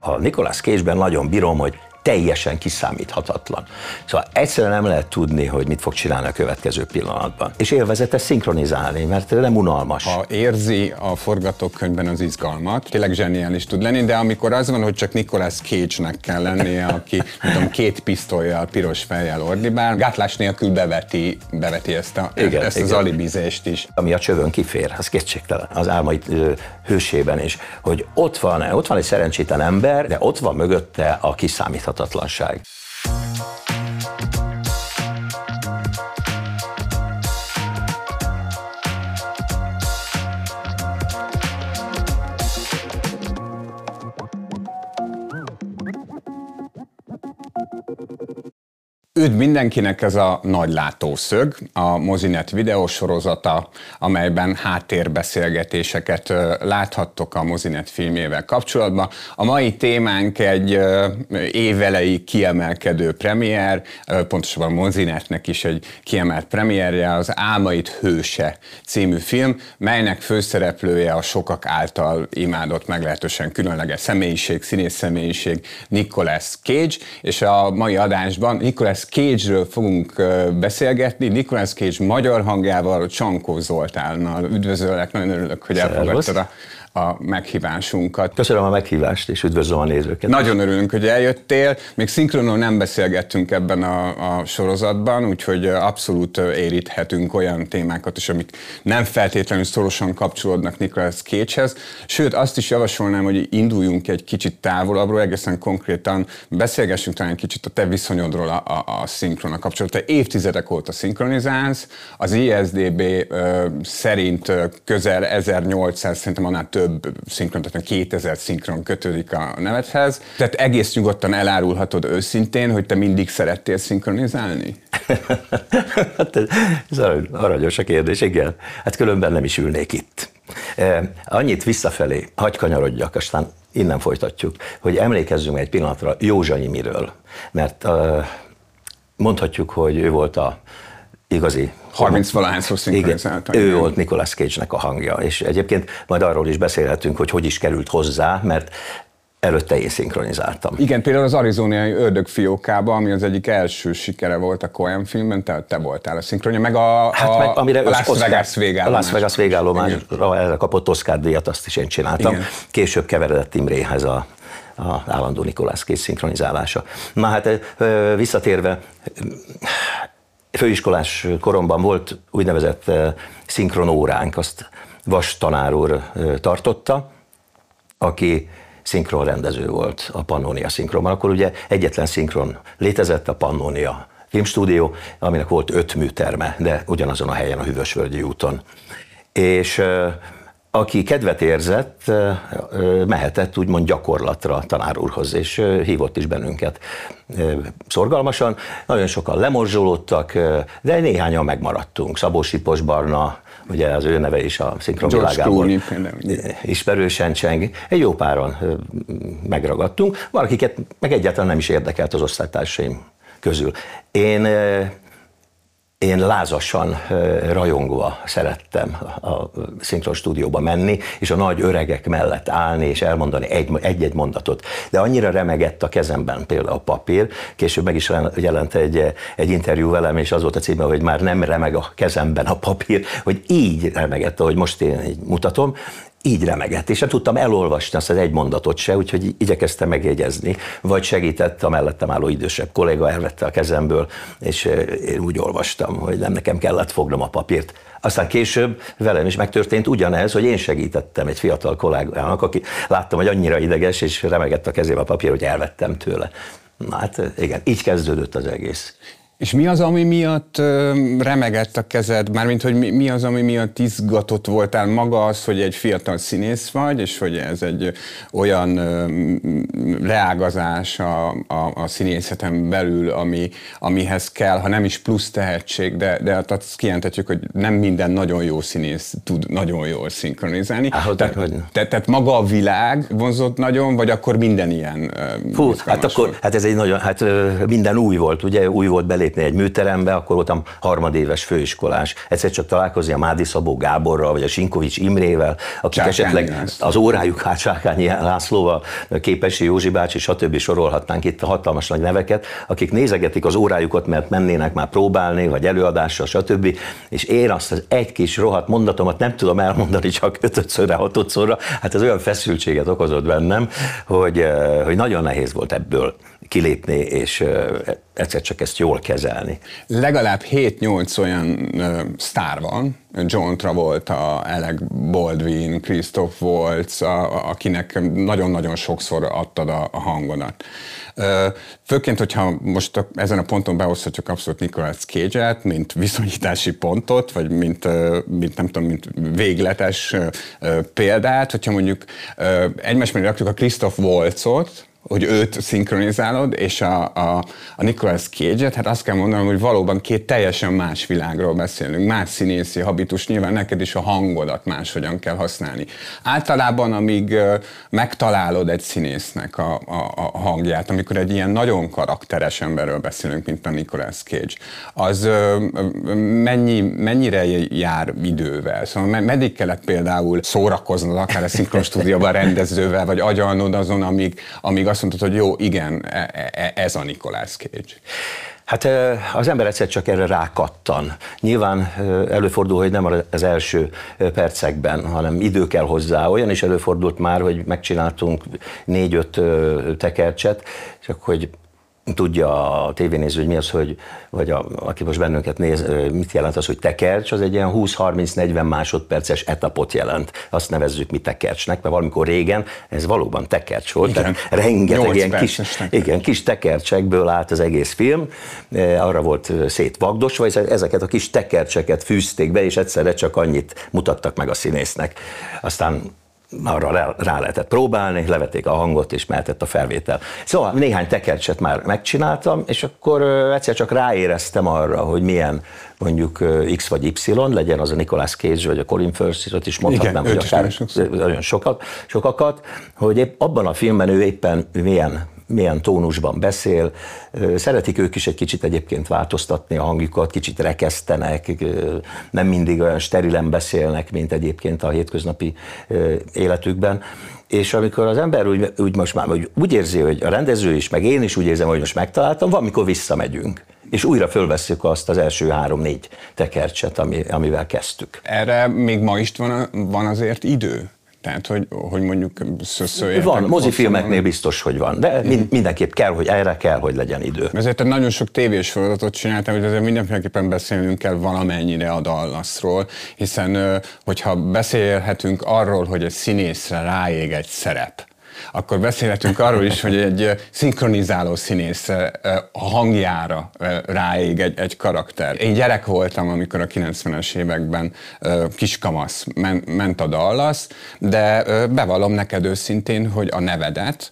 A Nicolas Cage-ben nagyon bírom, hogy teljesen kiszámíthatatlan. Szóval egyszerűen nem lehet tudni, hogy mit fog csinálni a következő pillanatban. És élvezetes szinkronizálni, mert nem unalmas. Ha érzi a forgatókönyvben az izgalmat, tényleg zseniális tud lenni, de amikor az van, hogy csak Nicolas Cage-nek kell lennie, aki tudom, 2 pisztollyal, piros fejjel ordibál, gátlás nélkül beveti ezt az alibizést is. Ami a csövön kifér, az kétségtelen az álmai hősében is, hogy ott van egy szerencsétlen ember, de ott van mögötte a kiszámíthatatlanság. Üdv mindenkinek, ez a Nagy Látószög, a Mozinet videósorozata, amelyben háttérbeszélgetéseket láthattok a Mozinet filmjével kapcsolatban. A mai témánk egy évelei kiemelkedő premier, pontosabban a Mozinetnek is egy kiemelt premierje, az Álmaid hőse című film, melynek főszereplője a sokak által imádott, meglehetősen különleges személyiség, színész személyiség Nicolas Cage, és a mai adásban Nicolas Cage-ről fogunk beszélgetni, Nicolas Cage magyar hangjával, Csankó Zoltánnal. Üdvözöllek, nagyon örülök, hogy elfogadtad a meghívásunkat. Köszönöm a meghívást, és üdvözlöm a nézőket. Nagyon örülünk, hogy eljöttél. Még szinkronul nem beszélgettünk ebben a sorozatban, úgyhogy abszolút éríthetünk olyan témákat is, amik nem feltétlenül szorosan kapcsolódnak Nicolas Cage-hez. Sőt, azt is javasolnám, hogy induljunk egy kicsit távolabbról, egészen konkrétan beszélgessünk talán kicsit a te viszonyodról a szinkronnal kapcsolatban. Te évtizedek óta szinkronizálsz, az ISDB szerint közel 1800, szerintem annál több szinkron, tehát 2000 szinkron kötődik a nevedhez. Tehát egész nyugodtan elárulhatod őszintén, hogy te mindig szerettél szinkronizálni? Hát ez aranyos a kérdés, igen. Hát különben nem is ülnék itt. Annyit visszafelé, hagyj kanyarodjak, aztán innen folytatjuk, hogy emlékezzünk egy pillanatra Józsa Nyimiről, mert mondhatjuk, hogy ő volt a igazi 30-valahányszor szinkronizálta. Ő volt Nicolas Cage-nek a hangja, és egyébként majd arról is beszélhetünk, hogy is került hozzá, mert előtte én szinkronizáltam. Igen, például az Arizonai Ördögfiókában, ami az egyik első sikere volt a Coen filmben, te voltál a szinkronja, meg a Las Vegas végállomás. A Las Vegas végállomásra erre kapott Oscar-díjat, azt is én csináltam. Igen. Később keveredett Imréhez az állandó Nicolas Cage szinkronizálása. Na hát visszatérve, főiskolás koromban volt úgynevezett szinkronóránk, azt Vas tanár úr tartotta, aki szinkronrendező volt a Pannonia szinkronban. Akkor ugye egyetlen szinkron létezett, a Pannonia filmstúdió, aminek volt 5 műterme, de ugyanazon a helyen, a Hűvösvölgyi úton. És aki kedvet érzett, mehetett úgymond gyakorlatra a tanár úrhoz, és hívott is bennünket szorgalmasan. Nagyon sokan lemorzsolódtak, de néhányan megmaradtunk. Szabó Sipos Barna, ugye az ő neve is a szinkronvilágából ismerősen cseng. Egy jó páran megragadtunk, valakiket meg egyáltalán nem is érdekelt az osztálytársaim közül. Én lázasan, rajongva szerettem a szinkron stúdióba menni, és a nagy öregek mellett állni, és elmondani egy-egy mondatot. De annyira remegett a kezemben például a papír, később meg is jelent egy interjú velem, és az volt a címe, hogy már nem remeg a kezemben a papír, hogy így remegett, ahogy most én így mutatom, így remegett, és nem tudtam elolvasni azt az egy mondatot se, úgyhogy igyekeztem megjegyezni, vagy segített a mellettem álló idősebb kolléga, elvette a kezemből, és én úgy olvastam, hogy nem nekem kellett fognom a papírt. Aztán később velem is megtörtént ugyanez, hogy én segítettem egy fiatal kollégának, aki láttam, hogy annyira ideges, és remegett a kezébe a papír, hogy elvettem tőle. Na hát igen, így kezdődött az egész. És mi az, ami miatt remegett a kezed? Mármint, hogy mi az, ami miatt izgatott voltál? Maga az, hogy egy fiatal színész vagy, és hogy ez egy olyan leágazás a színészeten belül, amihez kell, ha nem is plusz tehetség, de azt kijelenthetjük, hogy nem minden nagyon jó színész tud nagyon jól szinkronizálni. Tehát maga a világ vonzott nagyon, vagy akkor minden ilyen? Hát akkor, hát ez egy nagyon, minden új volt, ugye, új volt belé belépni egy műterembe, akkor voltam harmadéves főiskolás. Egyszer csak találkozni a Mádi Szabó Gáborral, vagy a Sinkovics Imrével, akik esetleg az órájuk Csákányi Lászlóval, Képessy Józsi bácsi, stb. Sorolhatnánk itt a hatalmas nagy neveket, akik nézegetik az órájukat, mert mennének már próbálni, vagy előadásra, stb. És én azt az egy kis rohadt mondatomat nem tudom elmondani csak 5-szörre, 6-szorra, hát ez olyan feszültséget okozott bennem, hogy nagyon nehéz volt ebből kilépni, és egyszer csak ezt jól kezelni. Legalább 7-8 olyan sztár van, John Travolta, Alec Baldwin, Christoph Waltz, akinek nagyon-nagyon sokszor adtad a hangodat. Főként, hogyha most ezen a ponton behozhatjuk abszolút Nicolas Cage-et, mint viszonyítási pontot, vagy mint nem tudom, mint végletes példát, hogyha mondjuk egymás mellé rakjuk a Christoph Waltzot, hogy őt szinkronizálod, és a Nicolas Cage-et, hát azt kell mondanom, hogy valóban két teljesen más világról beszélünk, más színészi habitus, nyilván neked is a hangodat máshogyan kell használni. Általában, amíg megtalálod egy színésznek a hangját, amikor egy ilyen nagyon karakteres emberről beszélünk, mint a Nicolas Cage, az mennyire jár idővel? Szóval meddig kellett például szórakoznod, akár a szinkronstúdióban rendezővel, vagy agyalnod azon, amíg azt mondtad, hogy jó, igen, ez a Nicolas Cage. Hát az ember egyszer csak erre rákattan. Nyilván előfordul, hogy nem az első percekben, hanem idő kell hozzá. Olyan is előfordult már, hogy megcsináltunk 4-5 tekercset, csak hogy tudja a tévénéző, hogy mi az, hogy, vagy aki most bennünket néz, mit jelent az, hogy tekercs, az egy ilyen 20-30-40 másodperces etapot jelent. Azt nevezzük mi tekercsnek, mert valamikor régen ez valóban tekercs volt. Igen. Tehát rengeteg ilyen kis tekercsekből állt az egész film, arra volt szétvagdosva, és ezeket a kis tekercseket fűzték be, és egyszerre csak annyit mutattak meg a színésznek. Aztán arra rá lehetett próbálni, levették a hangot, és mehetett a felvétel. Szóval néhány tekercset már megcsináltam, és akkor egyszer csak ráéreztem arra, hogy milyen mondjuk X vagy Y, legyen az a Nicolas Cage, vagy a Colin Firth, is mondhatnám, hogy akár nagyon sokakat, hogy épp abban a filmben ő éppen milyen tónusban beszél. Szeretik ők is egy kicsit egyébként változtatni a hangjukat, kicsit rekesztenek, nem mindig olyan sterilen beszélnek, mint egyébként a hétköznapi életükben. És amikor az ember úgy érzi, hogy a rendező is, meg én is úgy érzem, hogy most megtaláltam, valamikor visszamegyünk. És újra fölvesszük azt az első 3-4 tekercset, amivel kezdtük. Erre még ma is van azért idő? Tehát, hogy mondjuk szösszöljetek. Van, mozifilmeknél biztos, hogy van, de mindenképp kell, hogy legyen idő. Ezért nagyon sok tévés feladatot csináltam, hogy azért mindenféleképpen beszélnünk kell valamennyire a Dallasról, hiszen hogyha beszélhetünk arról, hogy egy színészre ráég egy szerep, akkor beszélhetünk arról is, hogy egy szinkronizáló színész a hangjára ráég egy karakter. Én gyerek voltam, amikor a 90-es években kiskamasz ment a Dallas, de bevallom neked őszintén, hogy a nevedet,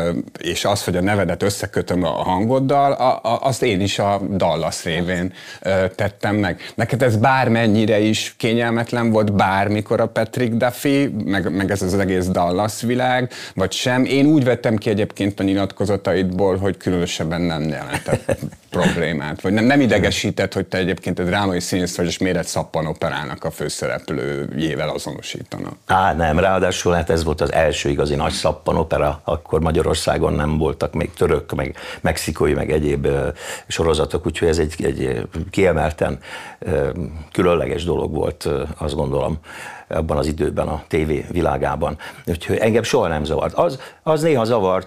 és az, hogy a nevedet összekötöm a hangoddal, azt én is a Dallas révén tettem meg. Neked ez bármennyire is kényelmetlen volt bármikor a Patrick Duffy, meg ez az egész Dallas világ, vagy sem? Én úgy vettem ki egyébként a nyilatkozataidból, hogy különösebben nem jelentett problémát, vagy nem idegesített, hogy te egyébként egy drámai színész vagy, és miért egy szappanoperának a főszereplőjével azonosítanak. Nem, ráadásul hát ez volt az első igazi nagy szappanopera, akkor Magyarországon nem voltak még török, meg mexikói, meg egyéb sorozatok, úgyhogy ez egy kiemelten különleges dolog volt, azt gondolom, abban az időben a tévé világában. Úgyhogy engem soha nem zavart. Az néha zavart,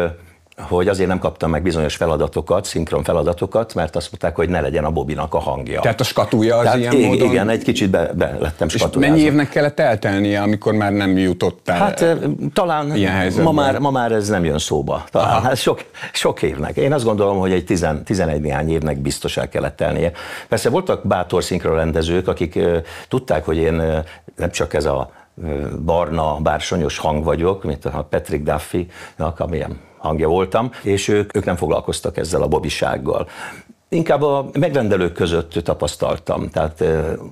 hogy azért nem kaptam meg bizonyos feladatokat, szinkron feladatokat, mert azt mondták, hogy ne legyen a Bobinak a hangja. Tehát a skatúja az ilyen módon? Igen, egy kicsit be lettem skatújázva. És mennyi évnek kellett eltelnie, amikor már nem jutottál hát talán ilyen helyzetben? ma már ez nem jön szóba. Talán hát sok évnek. Én azt gondolom, hogy egy 11 néhány évnek biztos el kellett telnie. Persze voltak bátor szinkronrendezők, akik tudták, hogy én nem csak ez a barna, bársonyos hang vagyok, mint a Patrick Duffy-nak, amilyen hangja voltam, és ők nem foglalkoztak ezzel a bobisággal. Inkább a megrendelők között tapasztaltam, tehát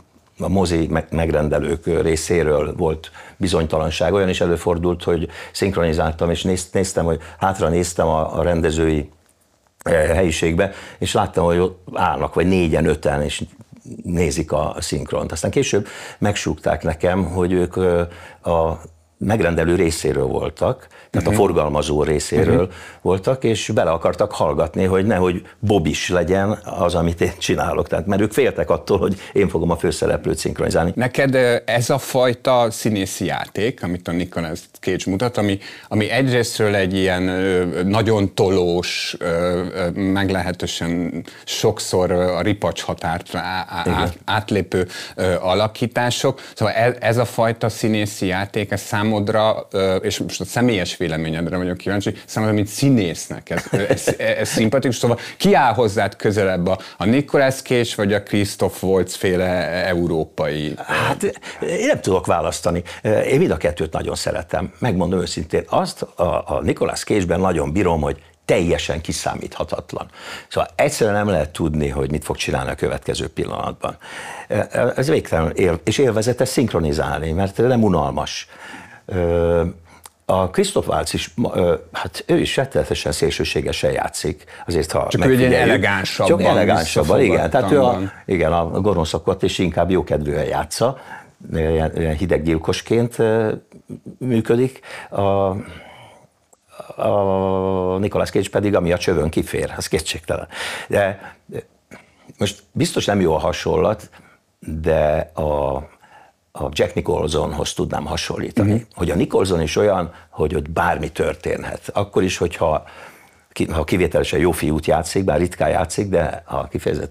a mozi megrendelők részéről volt bizonytalanság. Olyan is előfordult, hogy szinkronizáltam, és néztem, hogy hátra néztem a rendezői helyiségbe, és láttam, hogy ott állnak, vagy 4-en, 5-en, és nézik a szinkront. Aztán később megsúgták nekem, hogy ők a megrendelő részéről voltak, tehát a forgalmazó részéről voltak, és bele akartak hallgatni, hogy nehogy Bobis legyen az, amit én csinálok. Tehát, mert ők féltek attól, hogy én fogom a főszereplőt szinkronizálni. Neked ez a fajta színészi játék, amit a Nicolas Cage mutat, ami egyrésztről egy ilyen nagyon tolós, meglehetősen sokszor a ripacs határt átlépő alakítások. Szóval ez a fajta színészi játék, ez számodra, és most a személyes véleményedre vagyok kíváncsi, számomra, mint színésznek ez szimpatikus. Szóval ki áll hozzád közelebb, a Nicolas Cage vagy a Christoph Waltz féle európai? Hát én nem tudok választani. Én mind a kettőt nagyon szeretem. Megmondom őszintén, azt a Nicolas Cage-ben nagyon bírom, hogy teljesen kiszámíthatatlan. Szóval egyszerűen nem lehet tudni, hogy mit fog csinálni a következő pillanatban. Ez végtelen és élvezetes szinkronizálni, mert nem unalmas. A Christoph Waltz is, hát ő is rettenetesen szélsőségesen játszik, azért ha csak ő egy elegánsabban. Csak elegánsabban, igen. Tehát a gonoszakot is inkább jókedvűen játsza, ilyen hideggyilkosként működik. A Nicolas Cage pedig, ami a csövön kifér, az kétségtelen. De most biztos nem jó a hasonlat, de a Jack Nicholsonhoz tudnám hasonlítani. Hogy a Nicholson is olyan, hogy ott bármi történhet. Akkor is, hogyha ha kivételesen jó fiút játszik, bár ritkán játszik, de ha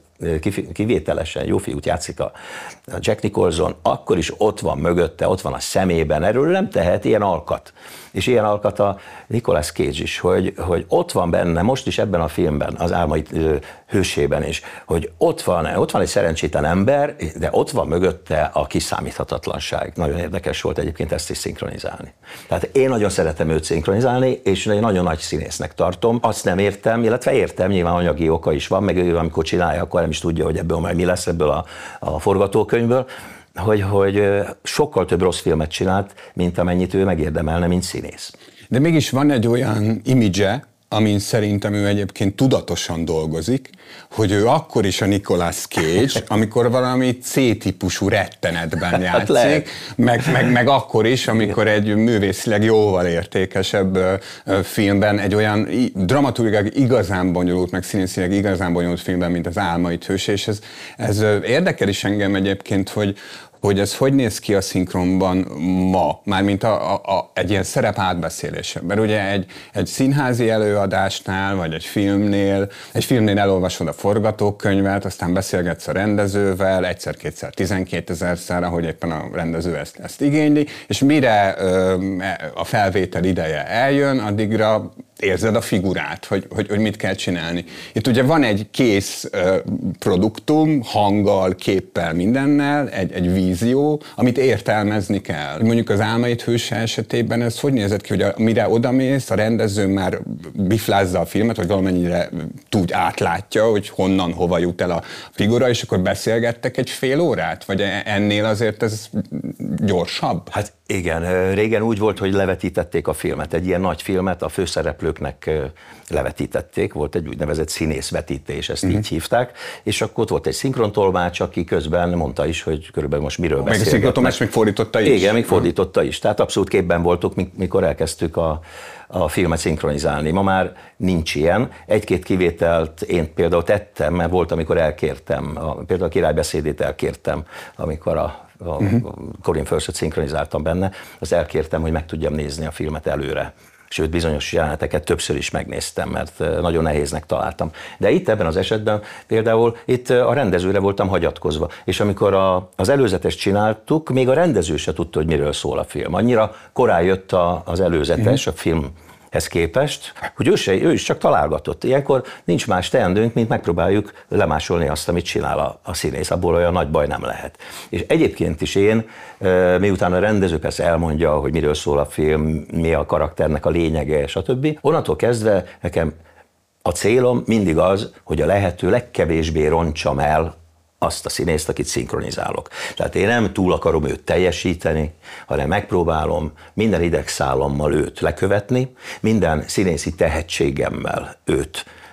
kivételesen jó fiút játszik a Jack Nicholson, akkor is ott van mögötte, ott van a szemében, erről nem tehet ilyen alkat. És ilyen alkat a Nicolas Cage is, hogy ott van benne, most is ebben a filmben, az Álmai hősében is, hogy ott van egy szerencsétlen ember, de ott van mögötte a kiszámíthatatlanság. Nagyon érdekes volt egyébként ezt is szinkronizálni. Tehát én nagyon szeretem őt szinkronizálni, és nagyon nagy színésznek tartom. Azt nem értem, illetve értem, nyilván anyagi oka is van, meg ő, amikor csinálja, akkor nem is tudja, hogy ebből majd mi lesz ebből a forgatókönyvből, hogy sokkal több rossz filmet csinált, mint amennyit ő megérdemelne, mint színész. De mégis van egy olyan imidzse, amin szerintem ő egyébként tudatosan dolgozik, hogy ő akkor is a Nicolas Cage, amikor valami C-típusú rettenetben játszik, meg akkor is, amikor egy művészileg jóval értékesebb filmben, egy olyan dramaturgiailag igazán bonyolult, meg színészileg igazán bonyolult filmben, mint az Álmait hőse, és ez érdekel is engem egyébként, hogy ez hogy néz ki a szinkronban ma, mármint egy ilyen szerep átbeszélésben. Mert ugye egy színházi előadásnál, vagy egy filmnél elolvasod a forgatókönyvet, aztán beszélgetsz a rendezővel, egyszer-kétszer, 12 000-szer, ahogy éppen a rendező ezt igényli, és mire a felvétel ideje eljön, addigra érzed a figurát, hogy mit kell csinálni. Itt ugye van egy kész produktum, hanggal, képpel, mindennel, egy vízió, amit értelmezni kell. Mondjuk az Álmait hőse esetében ez hogy nézett ki, hogy mire odamész, a rendező már biflázza a filmet, vagy valamennyire átlátja, hogy honnan, hova jut el a figura, és akkor beszélgettek egy fél órát? Vagy ennél azért ez gyorsabb? Hát igen, régen úgy volt, hogy levetítették a filmet, egy ilyen nagy filmet a főszereplőknek levetítették, volt egy úgynevezett színészvetítés, ezt így hívták, és akkor ott volt egy szinkrontolmács, aki közben mondta is, hogy körülbelül most miről beszélgetnek. Meg a szinkrontolmács még fordította is? Igen, még fordította is, tehát abszolút képben voltunk, mikor elkezdtük a filmet szinkronizálni. Ma már nincs ilyen. Egy-két kivételt én például tettem, mert volt, amikor elkértem, például a királybeszédét elkértem, amikor a Colin Firth-et szinkronizáltam benne, azt elkértem, hogy meg tudjam nézni a filmet előre. Sőt, bizonyos jeleneteket többször is megnéztem, mert nagyon nehéznek találtam. De itt ebben az esetben például itt a rendezőre voltam hagyatkozva, és amikor az előzetes csináltuk, még a rendező se tudta, hogy miről szól a film. Annyira korán jött az előzetes, a filmhez képest, hogy ő is csak találgatott. Ilyenkor nincs más teendőnk, mint megpróbáljuk lemásolni azt, amit csinál a színész, abból olyan nagy baj nem lehet. És egyébként is én, miután a rendező persze elmondja, hogy miről szól a film, mi a karakternek a lényege, stb. Onnantól kezdve nekem a célom mindig az, hogy a lehető legkevésbé rontsam el azt a színészt, akit szinkronizálok. Tehát én nem túl akarom őt teljesíteni, hanem megpróbálom minden idegszállammal őt lekövetni, minden színészi tehetségemmel őt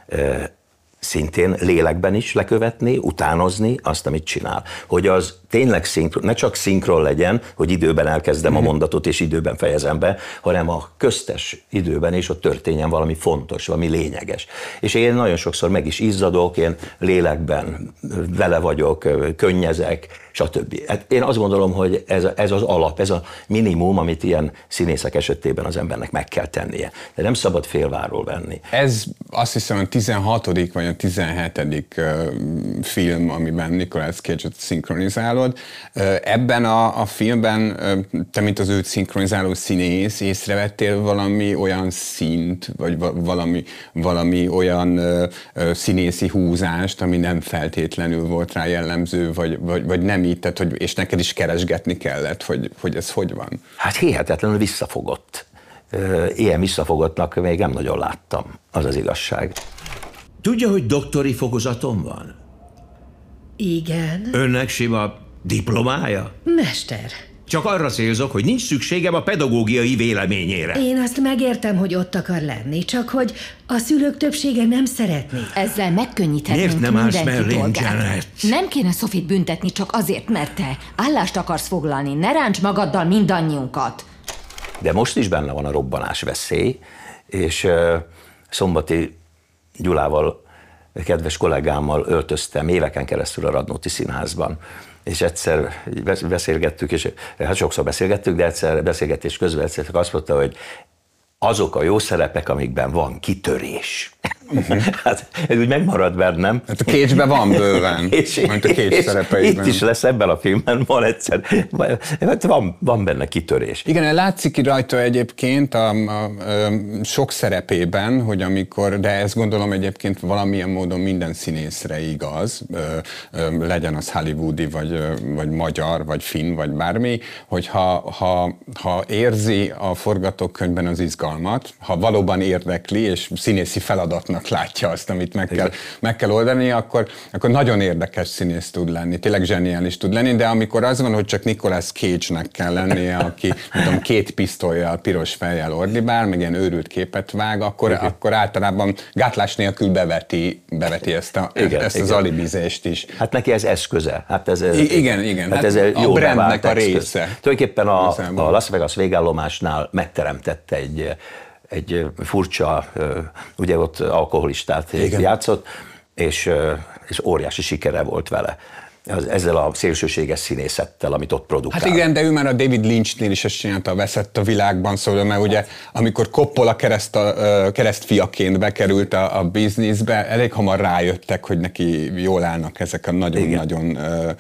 szintén lélekben is lekövetni, utánozni azt, amit csinál. Hogy az tényleg szinkron, ne csak szinkron legyen, hogy időben elkezdem a mondatot és időben fejezem be, hanem a köztes időben is ott történjen valami fontos, valami lényeges. És én nagyon sokszor meg is izzadok, én lélekben vele vagyok, könnyezek, stb. Hát én azt gondolom, hogy ez az alap, ez a minimum, amit ilyen színészek esetében az embernek meg kell tennie. De nem szabad félváról venni. Ez azt hiszem a 16. vagy a 17. film, amiben Nicolas Cage-et szinkronizálod. Ebben a filmben te, mint az őt szinkronizáló színész, észrevettél valami olyan színt, vagy valami olyan színészi húzást, ami nem feltétlenül volt rá jellemző, vagy nem így, tehát, és neked is keresgetni kellett, hogy ez hogy van? Hát hihetetlenül visszafogott. Ilyen visszafogottnak még nem nagyon láttam, az az igazság. Tudja, hogy doktori fokozatom van? Igen. Önnek sima diplomája? Mester. Csak arra célzok, hogy nincs szükségem a pedagógiai véleményére. Én azt megértem, hogy ott akar lenni, csak hogy a szülők többsége nem szeretné. Ezzel megkönnyíthetnénk Miért nem állsz mindenki mellém, dolgát. Janet? Nem kéne Sophie-t büntetni csak azért, mert te állást akarsz foglalni. Ne ránts magaddal mindannyiunkat. De most is benne van a robbanás veszély, és Szombati Gyulával, kedves kollégámmal öltöztem éveken keresztül a Radnóti Színházban. És egyszer beszélgettük, és hát sokszor beszélgettük, de egyszer beszélgetés közben egyszer azt mondta, hogy azok a jó szerepek, amikben van kitörés. Hát ez úgy megmarad bennem. Hát a Cage-ben van bőven, mint a Cage szerepeiben. Itt is lesz ebben a filmben, van egyszer, van benne kitörés. Igen, látszik rajta egyébként a sok szerepében, hogy amikor, de ezt gondolom egyébként valamilyen módon minden színészre igaz, legyen az hollywoodi, vagy magyar, vagy finn, vagy bármi, hogy ha érzi a forgatókönyvben az izgalmat, ha valóban érdekli, és színészi feladatnak látja azt, amit meg kell oldani, akkor nagyon érdekes színész tud lenni, tényleg zseniális tud lenni, de amikor az van, hogy csak Nicolas Cage-nek kell lennie, aki tudom, 2 pisztollyal, piros fejjel ordibál, meg ilyen őrült képet vág, akkor általában gátlás nélkül beveti ezt az alibizést is. Hát neki ez eszköze. Hát ez, igen. Hát ez a brandnek a része. Tulajdonképpen a Las Vegas végállomásnál megteremtett egy furcsa, ugye ott alkoholistát játszott, és óriási sikere volt vele. Ezzel a szélsőséges színészettel, amit ott produkál. Hát igen, de ő már a David Lynchnél is ezt csinálta, Veszett a világban, szóval, mert ugye amikor Coppola keresztfiaként bekerült a bizniszbe, elég hamar rájöttek, hogy neki jól állnak ezek a nagyon-nagyon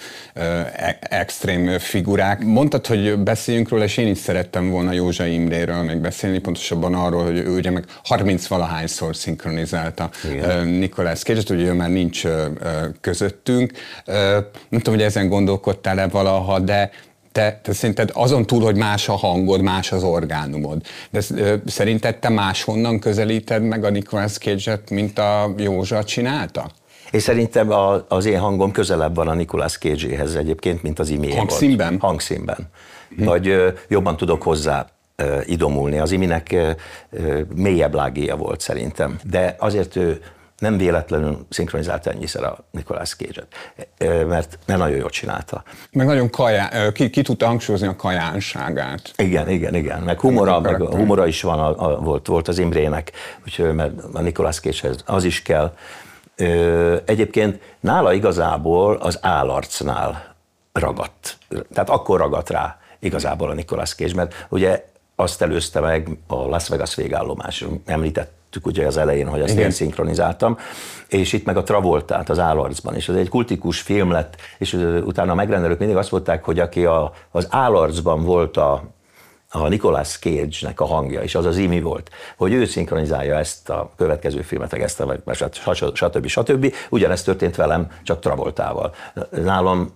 extrém figurák. Mondtad, hogy beszéljünk róla, és én is szerettem volna Józsa Imréről még beszélni, pontosabban arról, hogy ő ugye meg 30-valahányszor szinkronizálta Nicolas Cage-et, ugye ő már nincs közöttünk. Nem tudom, hogy ezen gondolkodtál-e valaha, de te szerinted azon túl, hogy más a hangod, más az orgánumod, de szerinted te máshonnan közelíted meg a Nicolas Cage-et, mint a Józsa csinálta? És szerintem az én hangom közelebb van a Nicolas Cage-éhez egyébként, mint az Imié Hangszínben? Volt. Hangszínben. Vagy jobban tudok hozzá idomulni. Az Iminek mélyebb lágéja volt szerintem. De azért ő nem véletlenül szinkronizálta ennyiszer a Nicolas Cage-et, mert nagyon jól csinálta. Meg nagyon ki tudta hangsúlyozni a kajánságát. Igen. Meg humora is volt az Imrének, úgyhogy mert a Nicolas Cage-hez az is kell. Egyébként nála igazából az állarcnál ragadt. Tehát akkor ragadt rá igazából a Nicolas Cage, mert ugye azt előzte meg a Las Vegas végállomás, említettük ugye az elején, hogy azt én szinkronizáltam, és itt meg a Travoltát az Állarcban, és ez egy kultikus film lett, és utána a megrendelők mindig azt mondták, hogy aki az Állarcban volt a Nicolas Cage-nek a hangja, és az Imi volt, hogy ő szinkronizálja ezt a következő filmet, ezt stb. Ugyanezt történt velem, csak Travoltával. Nálam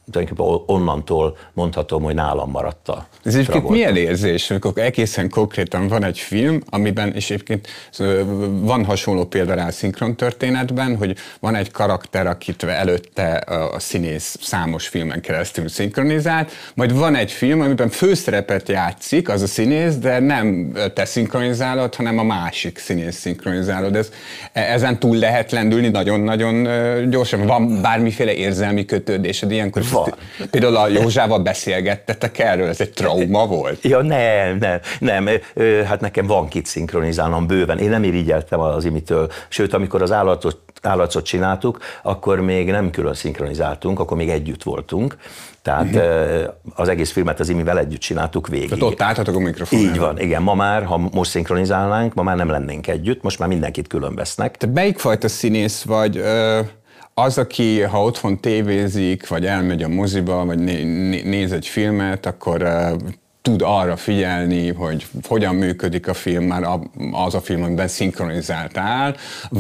tulajdonképpen onnantól mondhatom, hogy nálam maradt a Ez egyébként milyen érzés, amikor egészen konkrétan van egy film, amiben, és egyébként van hasonló példa rá a szinkron történetben, hogy van egy karakter, akit előtte a színész számos filmen keresztül szinkronizált, majd van egy film, amiben főszerepet játszik az a színész, de nem te szinkronizálod, hanem a másik színész szinkronizálod. Ezen túl lehet lendülni nagyon-nagyon gyorsan. Van bármiféle érzelmi kötődésed ilyenkor? Például a Józsával beszélgettetek erről? Ez egy trauma volt? Ja, nem. Hát nekem van kit szinkronizálnom bőven. Én nem irigyeltem az Imitől. Sőt, amikor az állatot csináltuk, akkor még nem külön szinkronizáltunk, akkor még együtt voltunk. Tehát az egész filmet az Imivel együtt csináltuk végig. Tehát ott álltatok a mikrofonra. Így van, igen. Ma már, ha most szinkronizálnánk, ma már nem lennénk együtt, most már mindenkit külön vesznek. Te melyik fajta színész vagy? Az, aki ha otthon tévézik, vagy elmegy a moziba, vagy néz egy filmet, akkor tud arra figyelni, hogy hogyan működik a film, már az a film, amiben szinkronizáltál,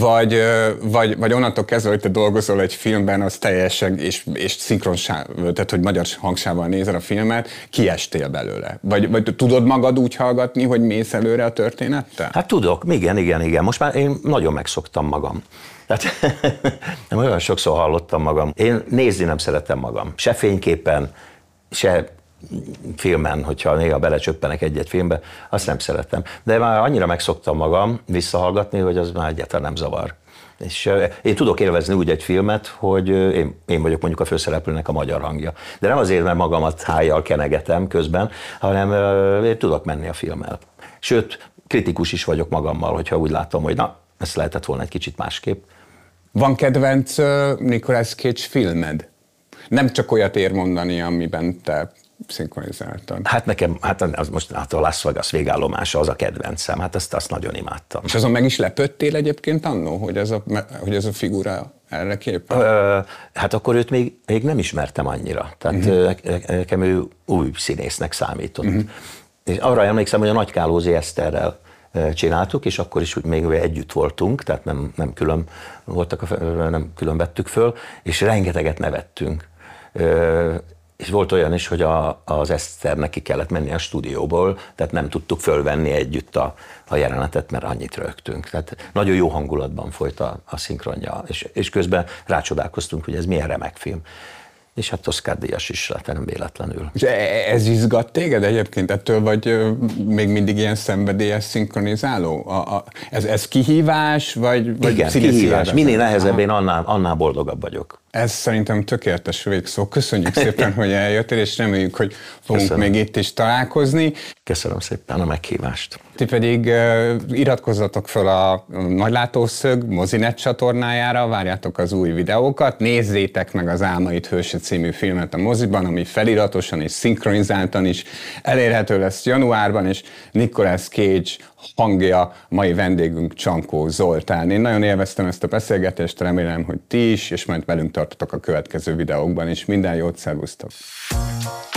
vagy onnantól kezdve, hogy te dolgozol egy filmben, az teljesen, és tehát, hogy magyar hangsávval nézel a filmet, kiestél belőle? Vagy tudod magad úgy hallgatni, hogy mész előre a történettel? Hát tudok, igen. Most már én nagyon megszoktam magam. Tehát nem olyan sokszor hallottam magam. Én nézni nem szeretem magam. Se fényképen, se filmen, hogyha néha belecsöppenek egy-egy filmbe, azt nem szeretem. De már annyira megszoktam magam visszahallgatni, hogy az már egyáltalán nem zavar. És én tudok élvezni úgy egy filmet, hogy én vagyok mondjuk a főszereplőnek a magyar hangja. De nem azért, mert magamat hájjal kenegetem közben, hanem én tudok menni a filmmel. Sőt, kritikus is vagyok magammal, hogyha úgy látom, hogy na, ezt lehetett volna egy kicsit másképp. Van kedvenc Nicolas Cage filmed? Nem csak olyat ér mondani, amiben te szinkronizáltad. Hát nekem, az most a Las Vegas végállomása az a kedvencem, hát azt nagyon imádtam. És azon meg is lepődtél egyébként annó, hogy ez a figura erre képel? Hát akkor őt még nem ismertem annyira, tehát nekem ő új színésznek számított. És arra emlékszem, hogy a Nagykálózi Eszterrel csináltuk, és akkor is még együtt voltunk, tehát nem külön vettük föl, és rengeteget nevettünk. És volt olyan is, hogy az Eszternek ki kellett menni a stúdióból, tehát nem tudtuk fölvenni együtt a jelenetet, mert annyit rögtünk. Tehát nagyon jó hangulatban folyt a szinkronja, és közben rácsodálkoztunk, hogy ez milyen remek film. És hát Oscar-díjas is lett, nem véletlenül. És ez izgat téged egyébként? Ettől vagy még mindig ilyen szenvedélyes szinkronizáló? Ez kihívás, vagy igen, kihívás. Minél nehezebb, én annál boldogabb vagyok. Ez szerintem tökéletes végszó. Köszönjük szépen, hogy eljöttél, és reméljük, hogy fogunk még itt is találkozni. Köszönöm szépen a meghívást. Ti pedig iratkozzatok fel a Nagy Látószög Mozinet csatornájára, várjátok az új videókat, nézzétek meg az Álmaid hőse című filmet a moziban, ami feliratosan és szinkronizáltan is elérhető lesz januárban, és Nicolas Cage hangja, mai vendégünk Csankó Zoltán. Én nagyon élveztem ezt a beszélgetést, remélem, hogy ti is, és majd velünk tartotok a következő videókban is. Minden jót, szervusztok!